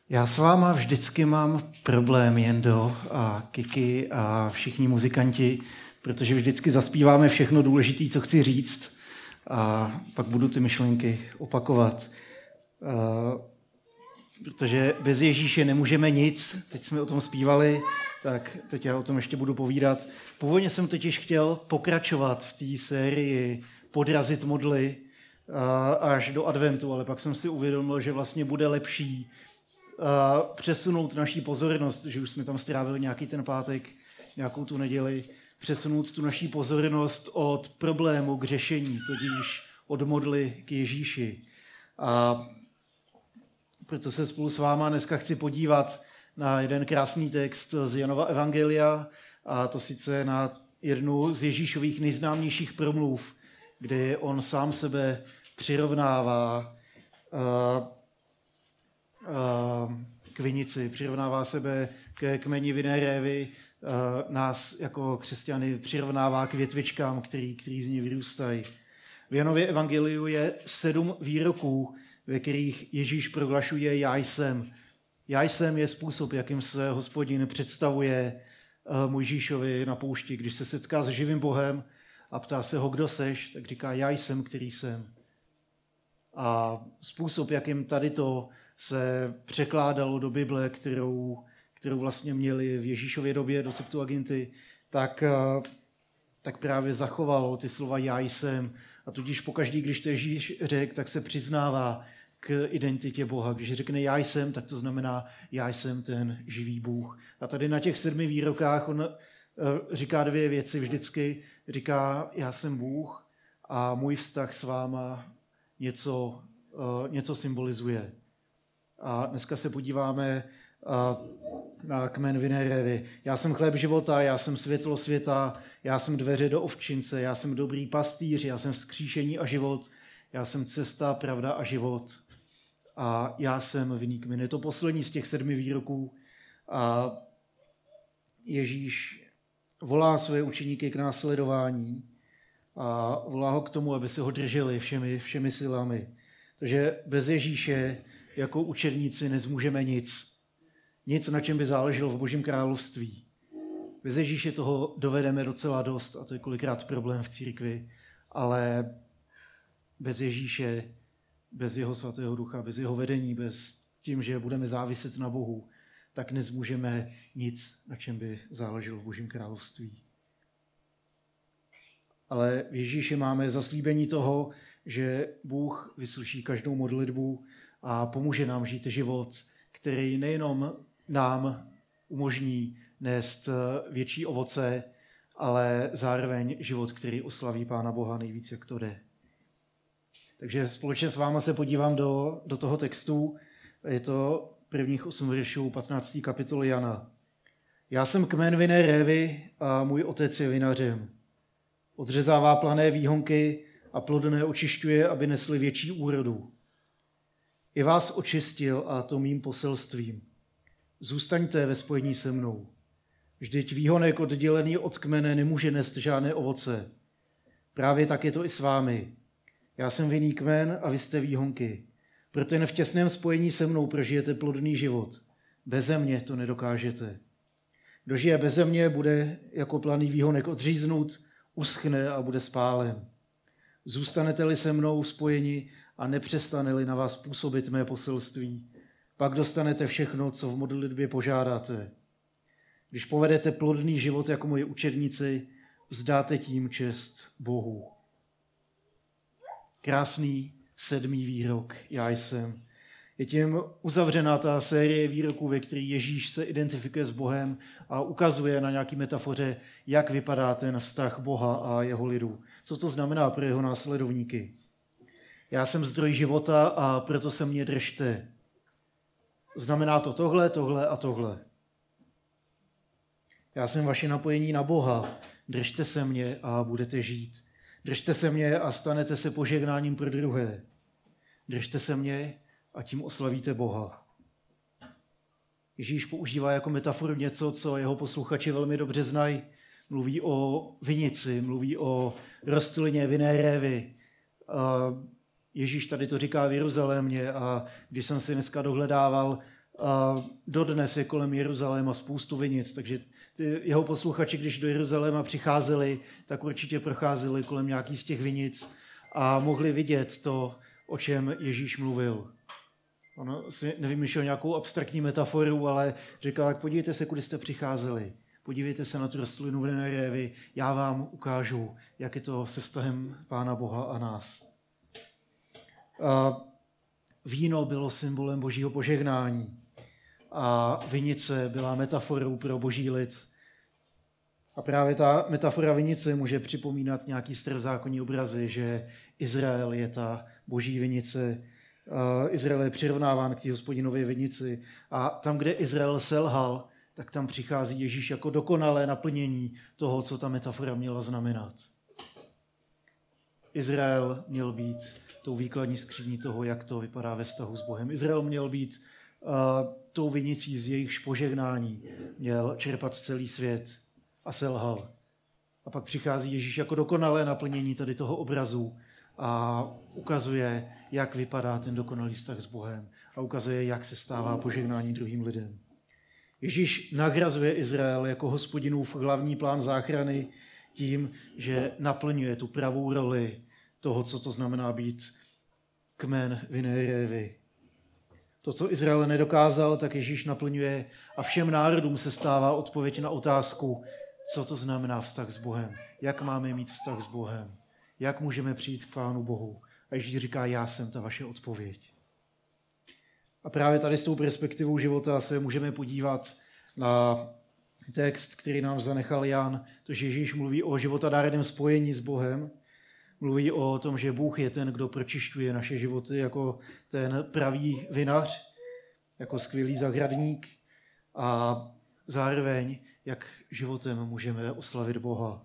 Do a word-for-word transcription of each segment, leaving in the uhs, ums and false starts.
Já s váma vždycky mám problém, Jendo a Kiki a všichni muzikanti, protože vždycky zaspíváme všechno důležité, co chci říct, a pak budu ty myšlenky opakovat. Uh, protože bez Ježíše nemůžeme nic, teď jsme o tom zpívali, tak teď já o tom ještě budu povídat. Původně jsem totiž chtěl pokračovat v té sérii Podrazit modly uh, až do adventu, ale pak jsem si uvědomil, že vlastně bude lepší uh, přesunout naší pozornost, že už jsme tam strávili nějaký ten pátek, nějakou tu neděli, přesunout tu naší pozornost od problému k řešení, tudíž od modly k Ježíši. A proto se spolu s váma dneska chci podívat na jeden krásný text z Janova evangelia, a to sice na jednu z Ježíšových nejznámějších promluv, kdy on sám sebe přirovnává uh, uh, k vinici, přirovnává sebe ke kmeni vinné révy, uh, nás jako křesťany přirovnává k větvičkám, který, který z ní vyrůstají. V Janově evangeliu je sedm výroků, ve kterých Ježíš prohlašuje já jsem. Já jsem je způsob, jakým se Hospodin představuje Mojžíšovi na poušti, když se setká s živým Bohem a ptá se ho, kdo seš, tak říká já jsem, který jsem. A způsob, jakým tady to se překládalo do Bible, kterou, kterou vlastně měli v Ježíšově době do Septuaginty, tak, tak právě zachovalo ty slova já jsem. A tudíž pokaždý, když to Ježíš řekl, tak se přiznává k identitě Boha. Když řekne já jsem, tak to znamená já jsem ten živý Bůh. A tady na těch sedmi výrokách on říká dvě věci vždycky. Říká já jsem Bůh a můj vztah s váma něco, něco symbolizuje. A dneska se podíváme na kmen vinné révy. Já jsem chléb života, já jsem světlo světa, já jsem dveře do ovčince, já jsem dobrý pastýř, já jsem vzkříšení a život, já jsem cesta, pravda a život. A já jsem vinný kmen. Je to poslední z těch sedmi výroků. A Ježíš volá své učeníky k následování a volá ho k tomu, aby se ho drželi všemi, všemi silami. Takže bez Ježíše jako učedníci nezmůžeme nic. Nic, na čem by záleželo v Božím království. Bez Ježíše toho dovedeme docela dost a to je kolikrát problém v církvi, ale bez Ježíše, bez jeho svatého ducha, bez jeho vedení, bez tím, že budeme záviset na Bohu, tak nezmůžeme nic, na čem by záleželo v Božím království. Ale v Ježíši máme zaslíbení toho, že Bůh vyslyší každou modlitbu a pomůže nám žít život, který nejenom nám umožní nést větší ovoce, ale zároveň život, který oslaví Pána Boha nejvíc, jak to jde. Takže společně s váma se podívám do, do toho textu. Je to prvních osm veršů patnácté kapitoly Jana. Já jsem kmen vinné révy a můj otec je vinařem. Odřezává plané výhonky a plodné očišťuje, aby nesly větší úrodu. I vás očistil a to mým poselstvím. Zůstaňte ve spojení se mnou. Vždyť výhonek oddělený od kmene nemůže nést žádné ovoce. Právě tak je to i s vámi. Já jsem vinný kmen a vy jste výhonky. Proto jen v těsném spojení se mnou prožijete plodný život. Beze mě to nedokážete. Kdo žije beze mě, bude jako planý výhonek odříznut, uschne a bude spálen. Zůstanete-li se mnou spojeni a nepřestane-li na vás působit mé poselství, pak dostanete všechno, co v modlitbě požádáte. Když povedete plodný život jako moji učedníci, vzdáte tím čest Bohu. Krásný sedmý výrok, já jsem. Je tím uzavřená ta série výroků, ve který Ježíš se identifikuje s Bohem a ukazuje na nějaký metafoře, jak vypadá ten vztah Boha a jeho lidu. Co to znamená pro jeho následovníky? Já jsem zdroj života a proto se mě držte. Znamená to tohle, tohle a tohle. Já jsem vaše napojení na Boha. Držte se mě a budete žít. Držte se mě a stanete se požehnáním pro druhé. Držte se mě a tím oslavíte Boha. Ježíš používá jako metaforu něco, co jeho posluchači velmi dobře znají. Mluví o vinici, mluví o rostlině vinné révy. Ježíš tady to říká v Jeruzalémě a když jsem si dneska dohledával A dodnes je kolem Jeruzaléma spoustu vinic, takže ty jeho posluchači, když do Jeruzaléma přicházeli, tak určitě procházeli kolem nějaký z těch vinic a mohli vidět to, o čem Ježíš mluvil. On si nevymýšlel nějakou abstraktní metaforu, ale říkal, tak podívejte se, kudy jste přicházeli. Podívejte se na tu rostlinu vinné révy, já vám ukážu, jak je to se vztahem Pána Boha a nás. A víno bylo symbolem božího požehnání a vinice byla metaforou pro boží lid. A právě ta metafora vinice může připomínat nějaký starozákonní obrazy, že Izrael je ta boží vinice, Izrael je přirovnáván k té Hospodinově vinici a tam, kde Izrael selhal, tak tam přichází Ježíš jako dokonalé naplnění toho, co ta metafora měla znamenat. Izrael měl být tou výkladní skříní toho, jak to vypadá ve vztahu s Bohem. Izrael měl být uh, tou vinicí z jejichž požehnání, měl čerpat celý svět a selhal. A pak přichází Ježíš jako dokonalé naplnění tady toho obrazu a ukazuje, jak vypadá ten dokonalý vztah s Bohem a ukazuje, jak se stává požehnání druhým lidem. Ježíš nahrazuje Izrael jako Hospodinův hlavní plán záchrany tím, že naplňuje tu pravou roli toho, co to znamená být kmen vinné révy. To, co Izrael nedokázal, tak Ježíš naplňuje a všem národům se stává odpověď na otázku, co to znamená vztah s Bohem, jak máme mít vztah s Bohem, jak můžeme přijít k Pánu Bohu. A Ježíš říká, já jsem ta vaše odpověď. A právě tady s tou perspektivou života se můžeme podívat na text, který nám zanechal Jan, to, že Ježíš mluví o životadárném spojení s Bohem, mluví o tom, že Bůh je ten, kdo pročišťuje naše životy jako ten pravý vinař, jako skvělý zahradník a zároveň, jak životem můžeme oslavit Boha.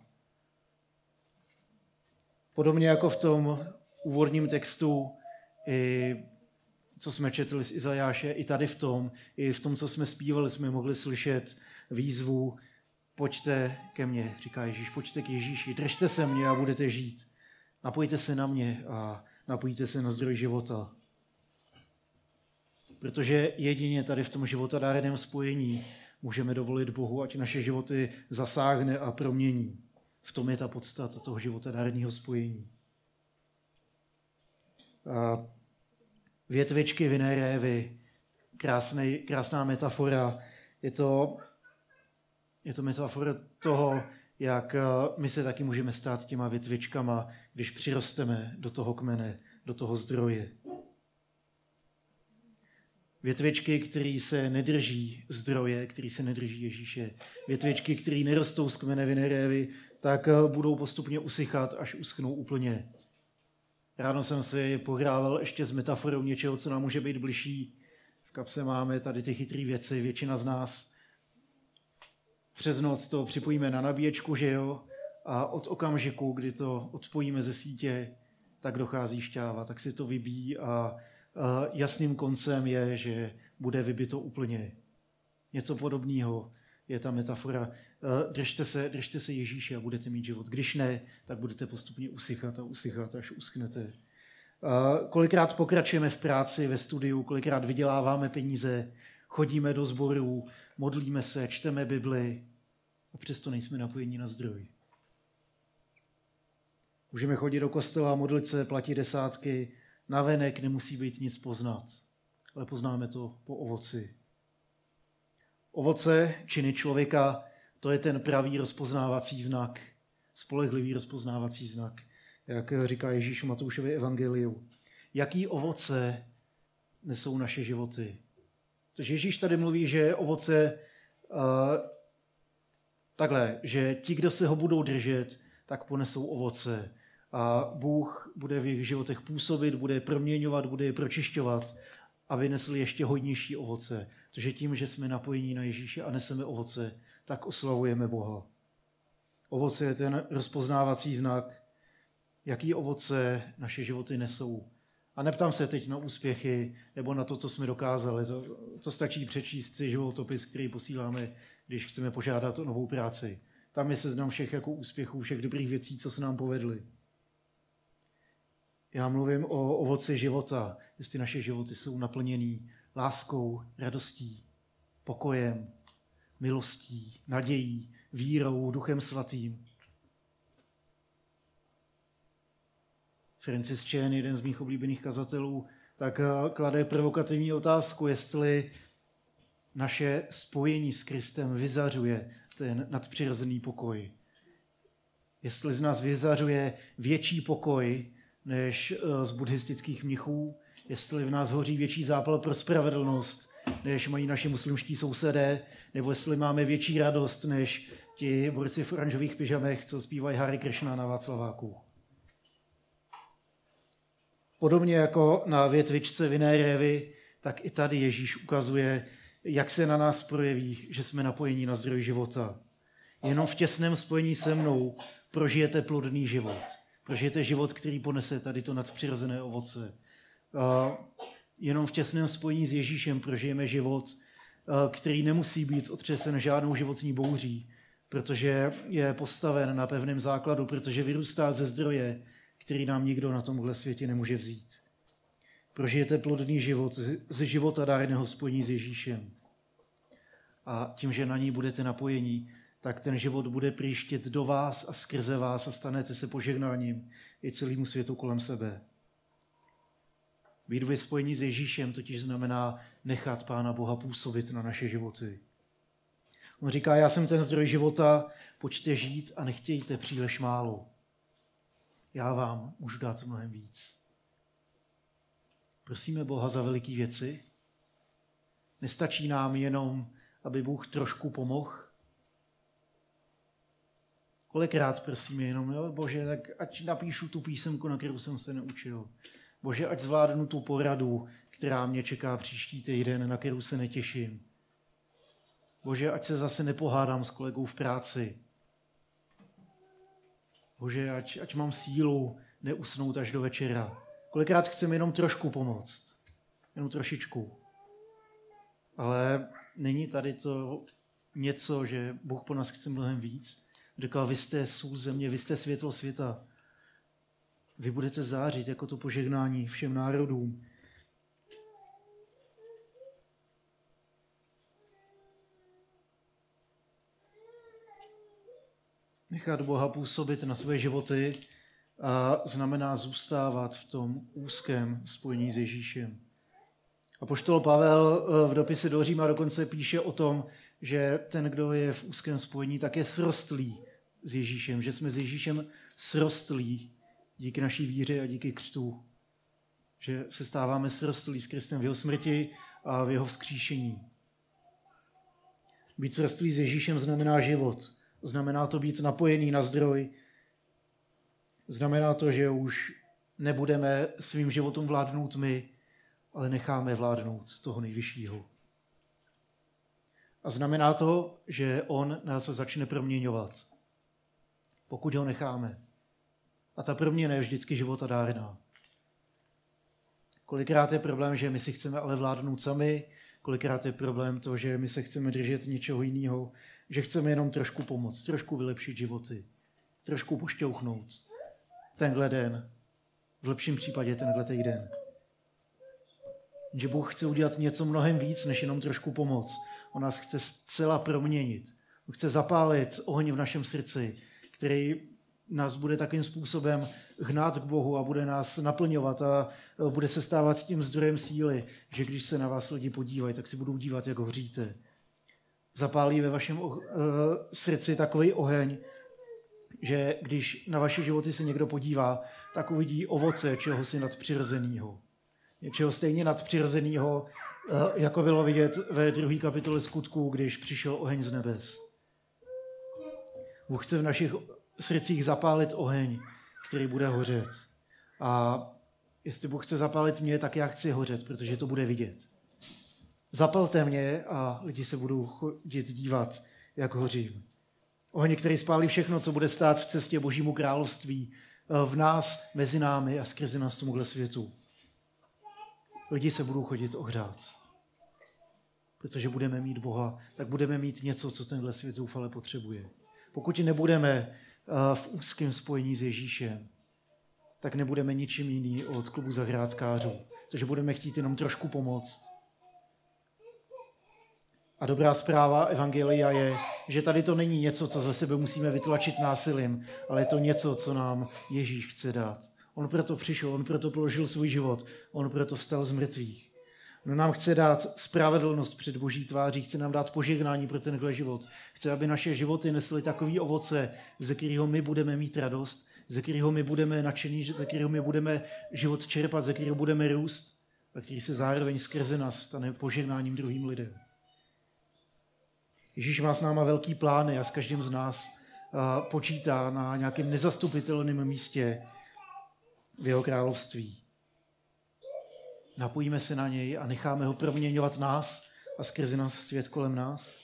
Podobně jako v tom úvodním textu, i co jsme četli z Izajáše, i tady v tom, i v tom, co jsme zpívali, jsme mohli slyšet výzvu pojďte ke mně, říká Ježíš, pojďte k Ježíši, držte se mě a budete žít. Napojte se na mě a napojte se na zdroj života. Protože jedině tady v tom životadárném spojení můžeme dovolit Bohu, ať naše životy zasáhne a promění. V tom je ta podstata toho životadárného spojení. A větvičky vinné révy, krásný, krásná metafora. Je to, je to metafora toho, jak my se taky můžeme stát těma větvičkama, když přirosteme do toho kmene, do toho zdroje. Větvičky, které se nedrží zdroje, které se nedrží Ježíše. Větvičky, které nerostou z kmene vinné révy, tak budou postupně usychat, až uschnou úplně. Ráno jsem si pohrával ještě s metaforou něčeho, co nám může být bližší. V kapse máme tady ty chytré věci, většina z nás. Přes noc to připojíme na nabíječku, že jo? A od okamžiku, kdy to odpojíme ze sítě, tak dochází šťáva, tak si to vybíjí a, a jasným koncem je, že bude vybito úplně. Něco podobného je ta metafora. Držte se, držte se Ježíše a budete mít život. Když ne, tak budete postupně usychat a usychat, až uschnete. A kolikrát pokračujeme v práci, ve studiu, kolikrát vyděláváme peníze, chodíme do sborů, modlíme se, čteme Bibli a přesto nejsme napojeni na zdroj. Můžeme chodit do kostela, modlit se, platit desátky, navenek nemusí být nic poznat, ale poznáme to po ovoci. Ovoce, činy člověka, to je ten pravý rozpoznávací znak, spolehlivý rozpoznávací znak, jak říká Ježíš v Matoušově evangeliu. Jaký ovoce nesou naše životy? Takže Ježíš tady mluví, že ovoce uh, takhle, že ti, kdo se ho budou držet, tak ponesou ovoce. A Bůh bude v jejich životech působit, bude je proměňovat, bude je pročišťovat, aby nesli ještě hojnější ovoce. Takže tím, že jsme napojení na Ježíše a neseme ovoce, tak oslavujeme Boha. Ovoce je ten rozpoznávací znak, jaký ovoce naše životy nesou. A neptám se teď na úspěchy nebo na to, co jsme dokázali. To, to stačí přečíst si životopis, který posíláme, když chceme požádat o novou práci. Tam je seznam všech jako úspěchů, všech dobrých věcí, co se nám povedly. Já mluvím o ovoci života, jestli naše životy jsou naplněný láskou, radostí, pokojem, milostí, nadějí, vírou, Duchem Svatým. Francis Chan, jeden z mých oblíbených kazatelů, tak klade provokativní otázku, jestli naše spojení s Kristem vyzařuje ten nadpřirozený pokoj. Jestli z nás vyzařuje větší pokoj než z buddhistických mnichů, jestli v nás hoří větší zápal pro spravedlnost, než mají naši muslimští sousedé, nebo jestli máme větší radost než ti borci v oranžových pyžamech, co zpívají Hare Krishna na Václaváku. Podobně jako na větvičce vinné révy, tak i tady Ježíš ukazuje, jak se na nás projeví, že jsme napojení na zdroj života. Jenom v těsném spojení se mnou prožijete plodný život. Prožijete život, který ponese tady to nadpřirozené ovoce. Jenom v těsném spojení s Ježíšem prožijeme život, který nemusí být otřesen žádnou životní bouří, protože je postaven na pevném základu, protože vyrůstá ze zdroje, který nám nikdo na tomhle světě nemůže vzít. Prožijete plodný život ze života dárného spojení s Ježíšem. A tím, že na ní budete napojení, tak ten život bude příštět do vás a skrze vás a stanete se požehnáním i celému světu kolem sebe. Být ve spojení s Ježíšem totiž znamená nechat Pána Boha působit na naše životy. On říká, já jsem ten zdroj života, pojďte žít a nechtějte příliš málo. Já vám můžu dát mnohem víc. Prosíme Boha za veliký věci. Nestačí nám jenom, aby Bůh trošku pomohl. Kolikrát prosíme jenom, jo, Bože, tak ať napíšu tu písemku, na kterou jsem se neučil. Bože, ať zvládnu tu poradu, která mě čeká příští týden, na kterou se netěším. Bože, ať se zase nepohádám s kolegou v práci. Bože, ať, ať mám sílu neusnout až do večera. Kolikrát chceme jenom trošku pomoct. Jenom trošičku. Ale není tady to něco, že Bůh po nás chce mnohem víc. Říkal, vy jste sůl země, vy jste světlo světa. Vy budete zářit jako to požehnání všem národům. Nechat Boha působit na své životy a znamená zůstávat v tom úzkém spojení s Ježíšem. Apoštol Pavel v dopise do Říma dokonce píše o tom, že ten, kdo je v úzkém spojení, tak je srostlý s Ježíšem, že jsme s Ježíšem srostlí díky naší víře a díky křtu. Že se stáváme srostlí s Kristem v jeho smrti a v jeho vzkříšení. Být srostlý s Ježíšem znamená život. Znamená to být napojený na zdroj. Znamená to, že už nebudeme svým životem vládnout my, ale necháme vládnout toho nejvyššího. A znamená to, že on nás začne proměňovat, pokud ho necháme. A ta proměna je vždycky životadárná. Kolikrát je problém, že my si chceme ale vládnout sami, kolikrát je problém to, že my se chceme držet něčeho jiného, že chceme jenom trošku pomoct, trošku vylepšit životy, trošku pošťouchnout tenhle den, v lepším případě tenhle týden. Že Bůh chce udělat něco mnohem víc, než jenom trošku pomoct. On nás chce zcela proměnit. On chce zapálit oheň v našem srdci, který nás bude takým způsobem hnát k Bohu a bude nás naplňovat a bude se stávat tím zdrojem síly, že když se na vás lidi podívají, tak si budou dívat, jak hoříte. Zapálí ve vašem uh, srdci takový oheň, že když na vaše životy se někdo podívá, tak uvidí ovoce čehosi nadpřirozenýho. Něčeho stejně nadpřirozenýho, uh, jako bylo vidět ve druhé kapitole Skutků, když přišel oheň z nebes. Bůh chce v našich srdcích zapálit oheň, který bude hořet. A jestli Bůh chce zapálit mě, tak já chci hořet, protože to bude vidět. Zapalte mě a lidi se budou chodit dívat, jak hořím. Oheň, který spálí všechno, co bude stát v cestě Božímu království, v nás, mezi námi a skrze nás tomuhle světu. Lidi se budou chodit ohřát. Protože budeme mít Boha, tak budeme mít něco, co tenhle svět zoufale potřebuje. Pokud nebudeme v úzkém spojení s Ježíšem, tak nebudeme ničím jiný od klubu zahrádkářů. Takže budeme chtít jenom trošku pomoct. A dobrá zpráva evangelia je, že tady to není něco, co ze sebe musíme vytlačit násilím, ale je to něco, co nám Ježíš chce dát. On proto přišel, on proto položil svůj život, on proto vstal z mrtvých. On nám chce dát spravedlnost před Boží tváří, chce nám dát požehnání pro tenhle život. Chce, aby naše životy nesly takový ovoce, ze kterého my budeme mít radost, ze kterého my budeme nadšení, ze kterého my budeme život čerpat, ze kterého budeme růst a který se zároveň skrze nás stane požehnáním druhým lidem. Ježíš má s náma velký plány a s každým z nás počítá na nějakém nezastupitelném místě v jeho království. Napojíme se na něj a necháme ho proměňovat nás a skrze nás svět kolem nás.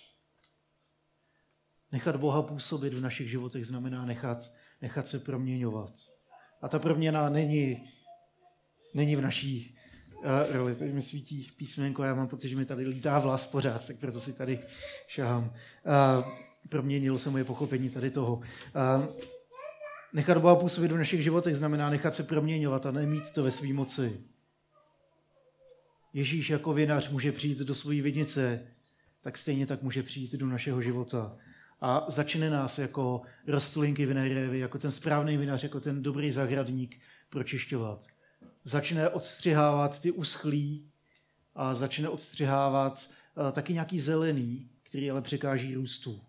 Nechat Boha působit v našich životech znamená nechat, nechat se proměňovat. A ta proměna není, není v naší uh, roli. Tady mi svítí písmenko, já mám pocit, že mi tady lítá vlas pořád, tak proto si tady šahám. Uh, proměnilo se moje pochopení tady toho. Uh, nechat Boha působit v našich životech znamená nechat se proměňovat a nemít to ve své moci. Ježíš jako vinař může přijít do své vinice, tak stejně tak může přijít do našeho života. A začne nás jako rostlinky vinné révy, jako ten správný vinař, jako ten dobrý zahradník pročišťovat. Začne odstřihávat ty uschlý a začne odstřihávat uh, taky nějaký zelený, který ale překáží růstu.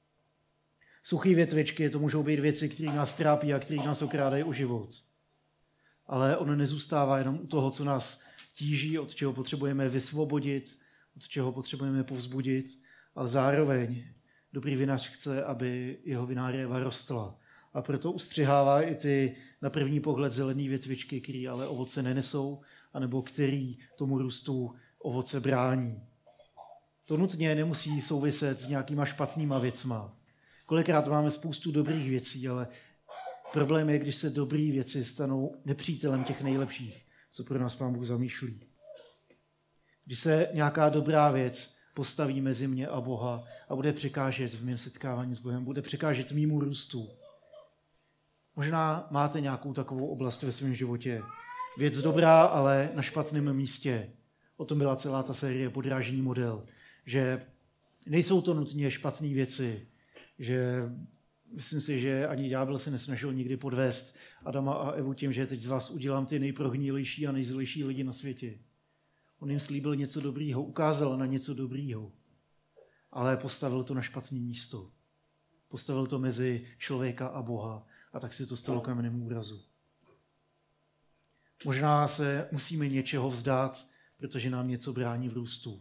Suchý větvičky, to můžou být věci, které nás trápí a které nás okrádají o život. Ale on nezůstává jenom u toho, co nás tíží, od čeho potřebujeme vysvobodit, od čeho potřebujeme povzbudit, ale zároveň dobrý vinař chce, aby jeho vinná réva rostla. A proto ustřihává i ty na první pohled zelené větvičky, které ale ovoce nenesou, anebo který tomu růstu ovoce brání. To nutně nemusí souviset s nějakýma špatnýma věcma. Kolikrát máme spoustu dobrých věcí, ale problém je, když se dobré věci stanou nepřítelem těch nejlepších, co pro nás Pán Bůh zamýšlí. Když se nějaká dobrá věc postaví mezi mě a Boha a bude překážet v mém setkávání s Bohem, bude překážet mému růstu. Možná máte nějakou takovou oblast ve svém životě. Věc dobrá, ale na špatném místě. O tom byla celá ta série Podrážení model. Že nejsou to nutně špatné věci. Že myslím si, že ani ďábel se nesnažil nikdy podvést Adama a Evu tím, že teď z vás udělám ty nejprohnilejší a nejzlejší lidi na světě. On jim slíbil něco dobrýho, ukázal na něco dobrýho, ale postavil to na špatné místo. Postavil to mezi člověka a Boha a tak si to stalo kamenem úrazu. Možná se musíme něčeho vzdát, protože nám něco brání v růstu.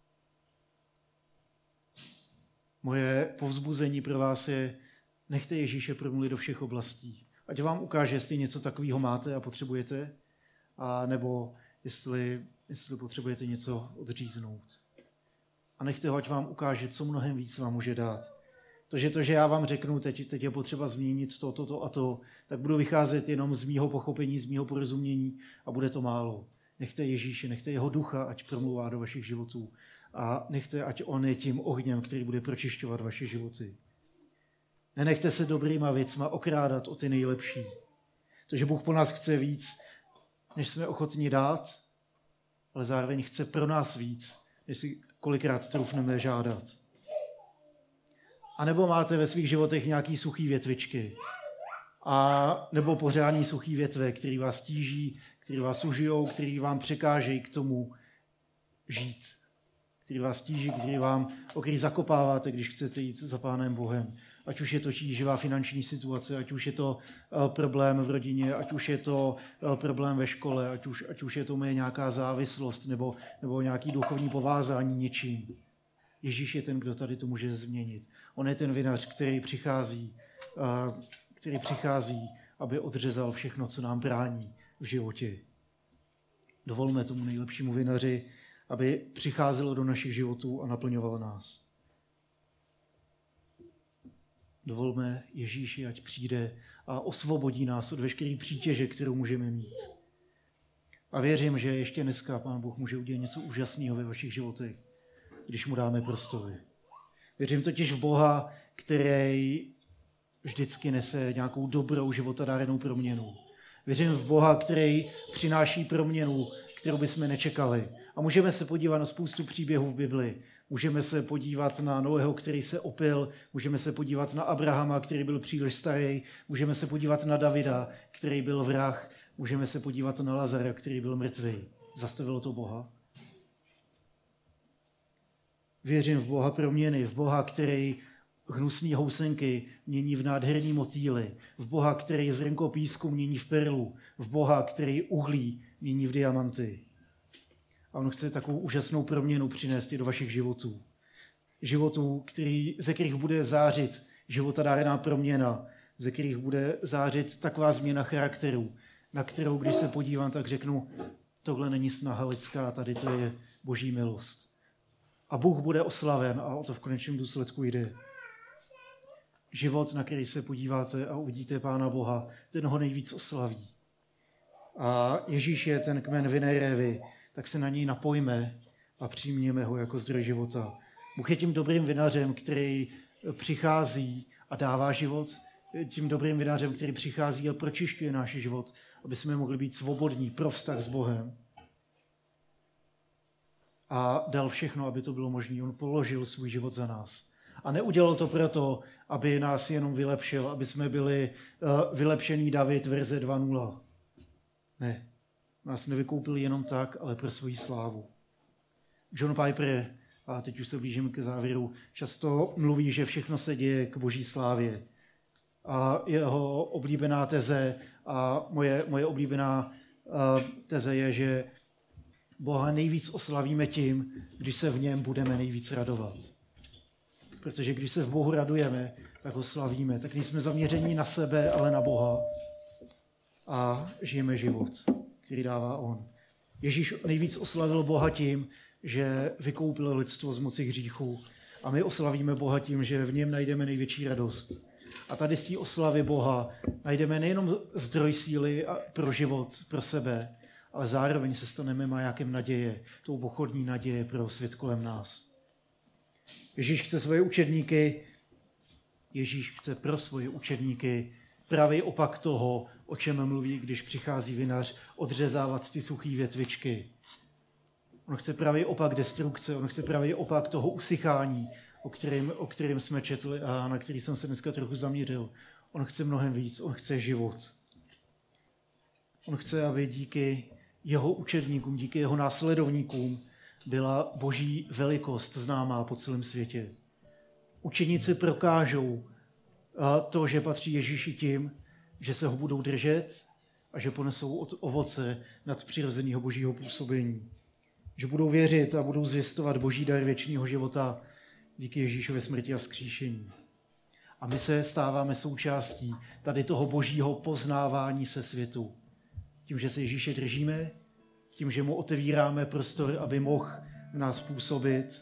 Moje povzbuzení pro vás je, nechte Ježíše promluvit do všech oblastí. Ať vám ukáže, jestli něco takového máte a potřebujete, a nebo jestli, jestli potřebujete něco odříznout. A nechte ho, ať vám ukáže, co mnohem víc vám může dát. To, že to, že já vám řeknu, teď, teď je potřeba změnit to, to, to a to, tak budu vycházet jenom z mýho pochopení, z mýho porozumění a bude to málo. Nechte Ježíše, nechte jeho ducha, ať promluvá do vašich životů. A nechte, ať on je tím ohněm, který bude pročišťovat vaše životy. Nenechte se dobrýma věcma okrádat o ty nejlepší. To, že Bůh po nás chce víc, než jsme ochotni dát, ale zároveň chce pro nás víc, než si kolikrát troufneme žádat. A nebo máte ve svých životech nějaký suchý větvičky, a nebo pořádný suchý větve, který vás tíží, který vás užijou, který vám překážejí k tomu žít. Který vás tíží, který vám, o který zakopáváte, když chcete jít za Pánem Bohem. Ať už je to tíživá finanční situace, ať už je to uh, problém v rodině, ať už je to uh, problém ve škole, ať už, ať už je to moje nějaká závislost nebo, nebo nějaký duchovní povázání něčím. Ježíš je ten, kdo tady to může změnit. On je ten vinař, který přichází, uh, který přichází, aby odřezal všechno, co nám brání v životě. Dovolme tomu nejlepšímu vinaři, aby přicházelo do našich životů a naplňovalo nás. Dovolme Ježíši, ať přijde a osvobodí nás od veškeré přítěže, kterou můžeme mít. A věřím, že ještě dneska Pán Bůh může udělat něco úžasného ve vašich životech, když mu dáme prostory. Věřím totiž v Boha, který vždycky nese nějakou dobrou životadárnou proměnu. Věřím v Boha, který přináší proměnu kterou bychom nečekali. A můžeme se podívat na spoustu příběhů v Bibli. Můžeme se podívat na Noého, který se opil, můžeme se podívat na Abrahama, který byl příliš starý, můžeme se podívat na Davida, který byl vrah, můžeme se podívat na Lazara, který byl mrtvý. Zastavilo to Boha? Věřím v Boha proměny, v Boha, který hnusný housenky mění v nádherný motýly, v Boha, který zrnko písku mění v perlu, v Boha, který uhlí mění v diamanty. A on chce takovou úžasnou proměnu přinést i do vašich životů. Životů, který, ze kterých bude zářit životadárná proměna, ze kterých bude zářit taková změna charakteru, na kterou, když se podívám, tak řeknu, tohle není snaha lidská, tady to je boží milost. A Bůh bude oslaven a o to v konečném důsledku jde. Život, na který se podíváte a uvidíte Pána Boha, ten ho nejvíc oslaví. A Ježíš je ten kmen vinné révy, tak se na něj napojme a přijměme ho jako zdroj života. Bůh je tím dobrým vinařem, který přichází a dává život, tím dobrým vinařem, který přichází a pročišťuje náš život, aby jsme mohli být svobodní pro vztah s Bohem. A dal všechno, aby to bylo možné. On položil svůj život za nás. A neudělal to proto, aby nás jenom vylepšil, aby jsme byli uh, vylepšený David verze dva nula. Ne. Nás nevykoupil jenom tak, ale pro svoji slávu. John Piper, a teď už se blížím k závěru, často mluví, že všechno se děje k boží slávě. A jeho oblíbená teze a moje, moje oblíbená uh, teze je, že Boha nejvíc oslavíme tím, když se v něm budeme nejvíc radovat. Protože když se v Bohu radujeme, tak ho slavíme. Tak nejsme zaměření na sebe, ale na Boha. A žijeme život, který dává on. Ježíš nejvíc oslavil Boha tím, že vykoupil lidstvo z moci hříchu. A my oslavíme Boha tím, že v něm najdeme největší radost. A tady z té oslavy Boha najdeme nejenom zdroj síly pro život, pro sebe, ale zároveň se staneme majákem naděje, tou pochodní naděje pro svět kolem nás. Ježíš chce svoje učedníky, Ježíš chce pro svoje učedníky pravý opak toho, o čem mluví, když přichází vinař, odřezávat ty suché větvičky. On chce pravý opak destrukce, on chce pravý opak toho usychání, o kterém, o kterém jsme četli a na který jsem se dneska trochu zaměřil. On chce mnohem víc, on chce život. On chce, aby díky jeho učedníkům, díky jeho následovníkům byla boží velikost známá po celém světě. Učeníci prokážou to, že patří Ježíši tím, že se ho budou držet a že ponesou od ovoce nadpřirozeného božího působení. Že budou věřit a budou zvěstovat boží dar věčného života díky Ježíšově smrti a vzkříšení. A my se stáváme součástí tady toho božího poznávání se světu. Tím, že se Ježíše držíme, tím, že mu otevíráme prostor, aby mohl v nás působit,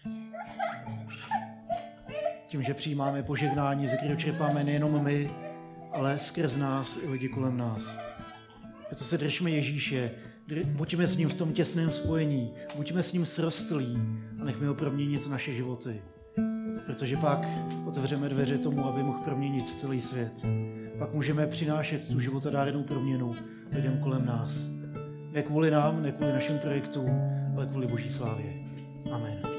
tím, že přijímáme požehnání, ze kterého čerpáme nejenom my, ale skrz nás i lidi kolem nás. Proto se držme Ježíše, buďme s ním v tom těsném spojení, buďme s ním srostlí a nechme ho proměnit naše životy. Protože pak otevřeme dveře tomu, aby mohl proměnit celý svět. Pak můžeme přinášet tu životodárnou proměnu lidem kolem nás. Ne kvůli nám, ne kvůli našim projektům, ale kvůli boží slávě. Amen.